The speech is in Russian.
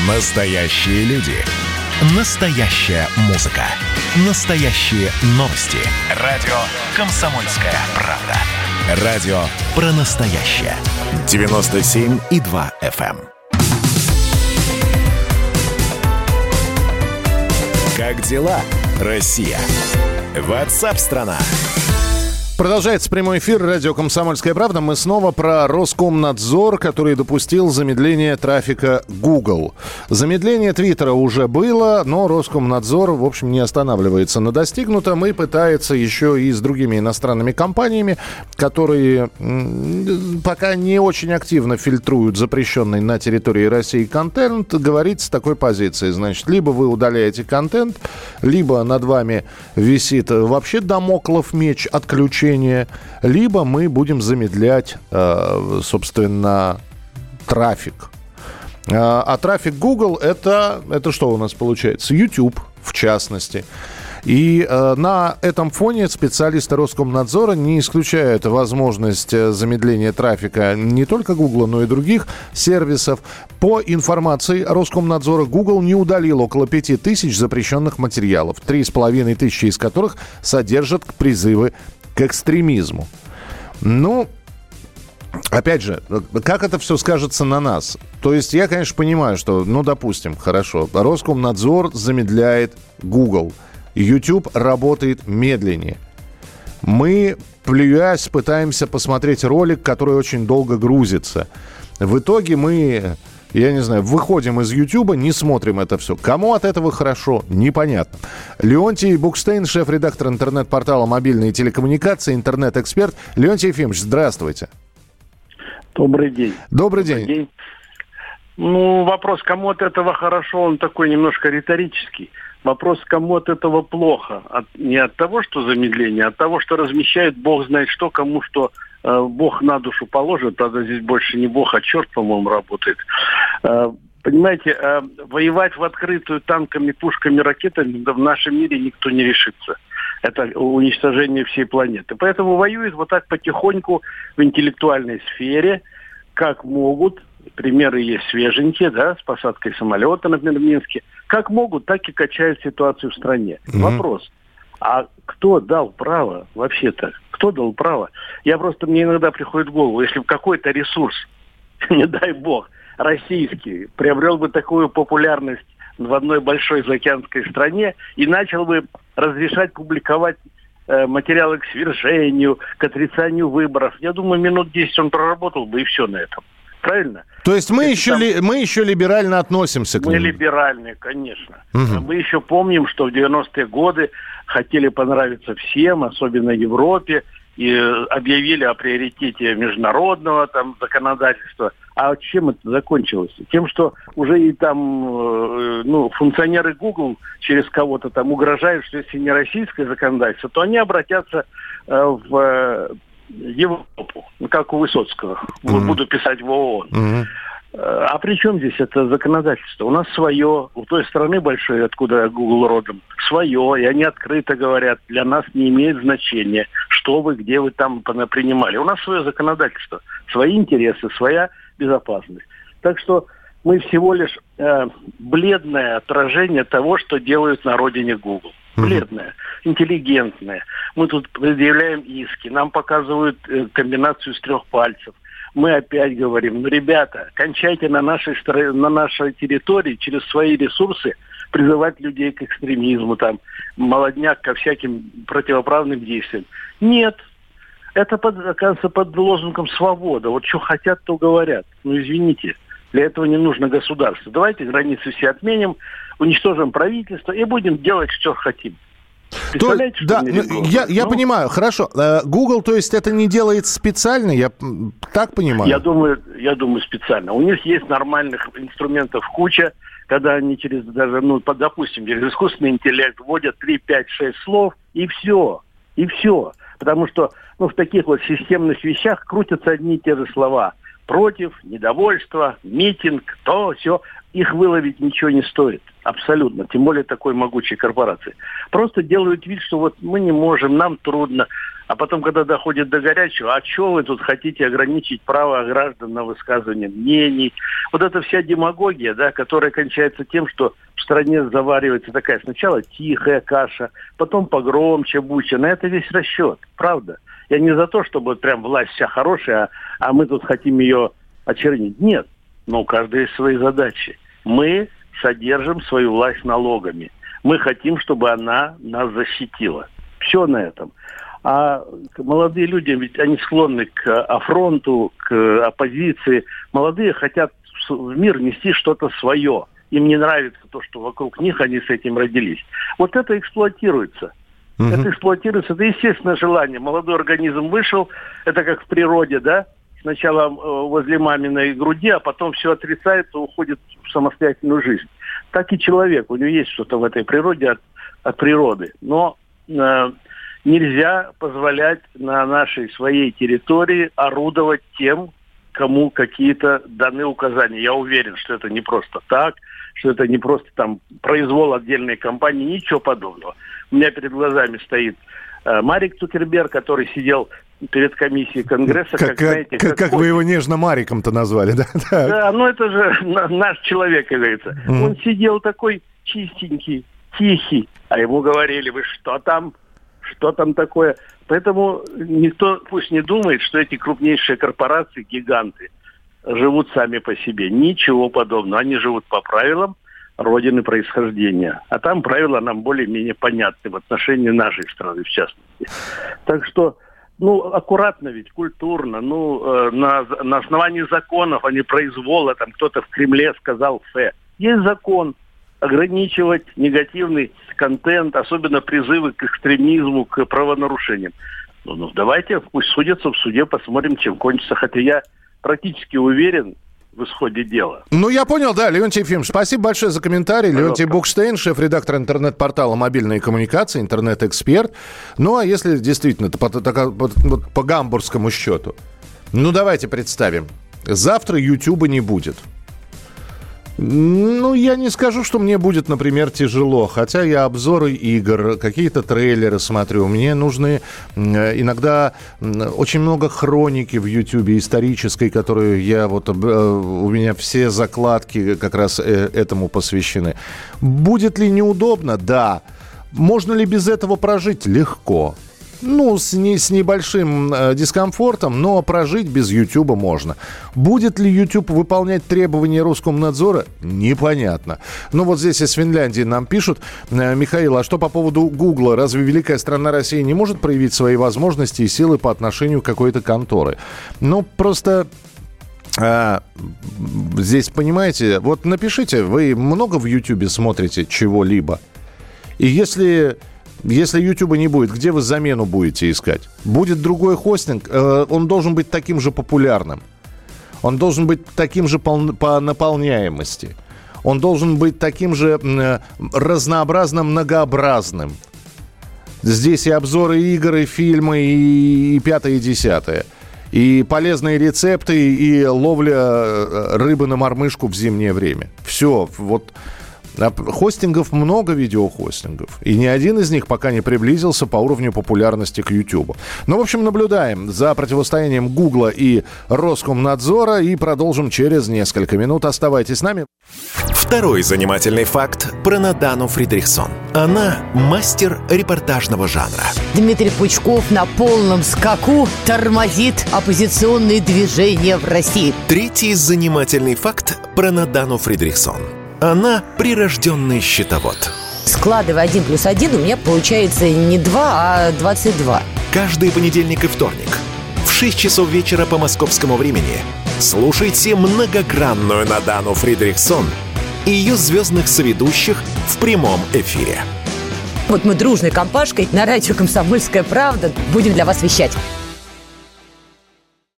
Настоящие люди. Настоящая музыка. Настоящие новости. Радио «Комсомольская правда». Радио про настоящее. 97,2 FM. Как дела, Россия? WhatsApp-страна. Продолжается прямой эфир радио «Комсомольская правда». Мы снова про Роскомнадзор, который допустил замедление трафика Google. Замедление Твиттера уже было, но Роскомнадзор, в общем, не останавливается на достигнутом и пытается еще и с другими иностранными компаниями, которые пока не очень активно фильтруют запрещенный на территории России контент, говорить с такой позиции. Значит, либо вы удаляете контент, либо над вами висит вообще дамоклов меч отключения, либо мы будем замедлять, собственно, трафик. А трафик Google это что у нас получается? YouTube, в частности. И на этом фоне специалисты Роскомнадзора не исключают возможность замедления трафика не только Google, но и других сервисов. По информации Роскомнадзора, Google не удалил около 5000 запрещенных материалов, 3500 из которых содержат призывы к экстремизму. Ну, опять же, как это все скажется на нас? То есть я, конечно, понимаю, что, допустим, хорошо, Роскомнадзор замедляет Google, YouTube работает медленнее. Мы, плюясь, пытаемся посмотреть ролик, который очень долго грузится. В итоге мы, я не знаю, выходим из Ютуба, не смотрим это все. Кому от этого хорошо, непонятно. Леонтий Букштейн, шеф-редактор интернет-портала «Мобильные телекоммуникации», интернет-эксперт. Леонтий Ефимович, здравствуйте. Добрый день. Добрый день. Вопрос, кому от этого хорошо, он такой немножко риторический. Вопрос, кому от этого плохо. Не от того, что замедление, а от того, что размещает бог знает что, кому что Бог на душу положит. Правда, здесь больше не Бог, а черт, по-моему, работает. Понимаете, воевать в открытую танками, пушками, ракетами в нашем мире никто не решится. Это уничтожение всей планеты. Поэтому воюют вот так потихоньку в интеллектуальной сфере, как могут. Примеры есть свеженькие, да, с посадкой самолета, например, в Минске. Как могут, так и качают ситуацию в стране. Вопрос. А кто дал право вообще-то? Кто дал право? Мне иногда приходит в голову, если бы какой-то ресурс, не дай бог, российский, приобрел бы такую популярность в одной большой заокеанской стране и начал бы разрешать публиковать материалы к свержению, к отрицанию выборов, я думаю, минут 10 он проработал бы, и все на этом. Правильно? То есть мы еще либерально относимся к нему? Мы либеральные, конечно. Мы еще помним, что в 90-е годы хотели понравиться всем, особенно Европе, и объявили о приоритете международного законодательства. А чем это закончилось? Тем, что уже и функционеры Google через кого-то угрожают, что если не российское законодательство, то они обратятся в Европу, как у Высоцкого. Буду писать в ООН. А при чем здесь это законодательство? У нас свое, у той страны большой, откуда Google родом, свое, и они открыто говорят, для нас не имеет значения, что вы, где вы там принимали. У нас свое законодательство, свои интересы, своя безопасность. Так что мы всего лишь бледное отражение того, что делают на родине Google. Бледное, интеллигентное. Мы тут предъявляем иски, нам показывают комбинацию с 3 пальцев. Мы опять говорим, ребята, кончайте на нашей территории через свои ресурсы призывать людей к экстремизму, молодняк ко всяким противоправным действиям. Нет. Это, оказывается, под лозунгом «свобода». Вот что хотят, то говорят. Извините, для этого не нужно государство. Давайте границы все отменим, уничтожим правительство и будем делать, что хотим. Представляете, что я понимаю, хорошо. Google, то есть, это не делает специально, я так понимаю? Я думаю, специально. У них есть нормальных инструментов куча, когда они допустим, через искусственный интеллект вводят 3, 5, 6 слов, и все. Потому что в таких системных вещах крутятся одни и те же слова. Против, недовольство, митинг, то, все. Их выловить ничего не стоит. Абсолютно. Тем более такой могучей корпорации. Просто делают вид, что мы не можем, нам трудно. А потом, когда доходит до горячего, а что вы тут хотите ограничить право граждан на высказывание мнений? Вот эта вся демагогия, да, которая кончается тем, что в стране заваривается такая сначала тихая каша, потом погромче, буча. На это весь расчет, правда. Я не за то, чтобы прям власть вся хорошая, а мы тут хотим ее очернить. Нет, но у каждого есть свои задачи. Мы содержим свою власть налогами. Мы хотим, чтобы она нас защитила. Все на этом. А молодые люди, ведь они склонны к афронту, к оппозиции. Молодые хотят в мир нести что-то свое. Им не нравится то, что вокруг них, они с этим родились. Вот это эксплуатируется. Это эксплуатируется, это естественное желание. Молодой организм вышел, это как в природе, да? Сначала возле маминой груди, а потом все отрицается, уходит в самостоятельную жизнь. Так и человек, у него есть что-то в этой природе от природы. Но нельзя позволять на нашей своей территории орудовать тем, кому какие-то даны указания. Я уверен, что это не просто так, что это не просто там произвол отдельной компании, ничего подобного. У меня перед глазами стоит Марк Цукерберг, который сидел перед комиссией Конгресса. Как вы его нежно Мариком-то назвали, да? Да, ну это же наш человек, как говорится. Он сидел такой чистенький, тихий, а ему говорили, вы что там такое? Поэтому никто пусть не думает, что эти крупнейшие корпорации, гиганты, живут сами по себе. Ничего подобного. Они живут по правилам родины происхождения. А там правила нам более-менее понятны в отношении нашей страны, в частности. Так что, аккуратно ведь, культурно, на основании законов, а не произвола, там кто-то в Кремле сказал «фэ». Есть закон ограничивать негативный контент, особенно призывы к экстремизму, к правонарушениям. Давайте, пусть судятся в суде, посмотрим, чем кончится. Хотя я практически уверен в исходе дела. Я понял, да, Леонтий Ефимович, спасибо большое за комментарий. Леонтий Букштейн, шеф-редактор интернет-портала «Мобильные коммуникации», интернет-эксперт. А если действительно по гамбургскому счету, давайте представим, завтра Ютуба не будет. Я не скажу, что мне будет, например, тяжело. Хотя я обзоры игр, какие-то трейлеры смотрю. Мне нужны иногда очень много хроники в Ютубе исторической, которую у меня все закладки как раз этому посвящены. Будет ли неудобно? Да. Можно ли без этого прожить? Легко. С небольшим дискомфортом, но прожить без Ютуба можно. Будет ли Ютуб выполнять требования Роскомнадзора? Непонятно. Здесь из Финляндии нам пишут. Михаил, а что по поводу Гугла? Разве великая страна Россия не может проявить свои возможности и силы по отношению к какой-то конторы? Просто... здесь, понимаете, напишите, вы много в Ютубе смотрите чего-либо? И если Ютуба не будет, где вы замену будете искать? Будет другой хостинг, он должен быть таким же популярным. Он должен быть таким же по наполняемости. Он должен быть таким же разнообразным, многообразным. Здесь и обзоры игр, и фильмы, и пятое, и десятое. И полезные рецепты, и ловля рыбы на мормышку в зимнее время. Все, хостингов много, видеохостингов. И ни один из них пока не приблизился по уровню популярности к YouTube. В общем, наблюдаем за противостоянием Гугла и Роскомнадзора и продолжим через несколько минут. Оставайтесь с нами. Второй занимательный факт про Надану Фридрихсон. Она мастер репортажного жанра. Дмитрий Пучков на полном скаку тормозит оппозиционные движения в России. Третий занимательный факт про Надану Фридрихсон. Она прирожденный счетовод. Складывая 1 + 1, у меня получается не 2, а 22. Каждый понедельник и вторник в 6 часов вечера по московскому времени слушайте многогранную Надану Фридрихсон и ее звездных соведущих в прямом эфире. Мы дружной компашкой на радио «Комсомольская правда» будем для вас вещать.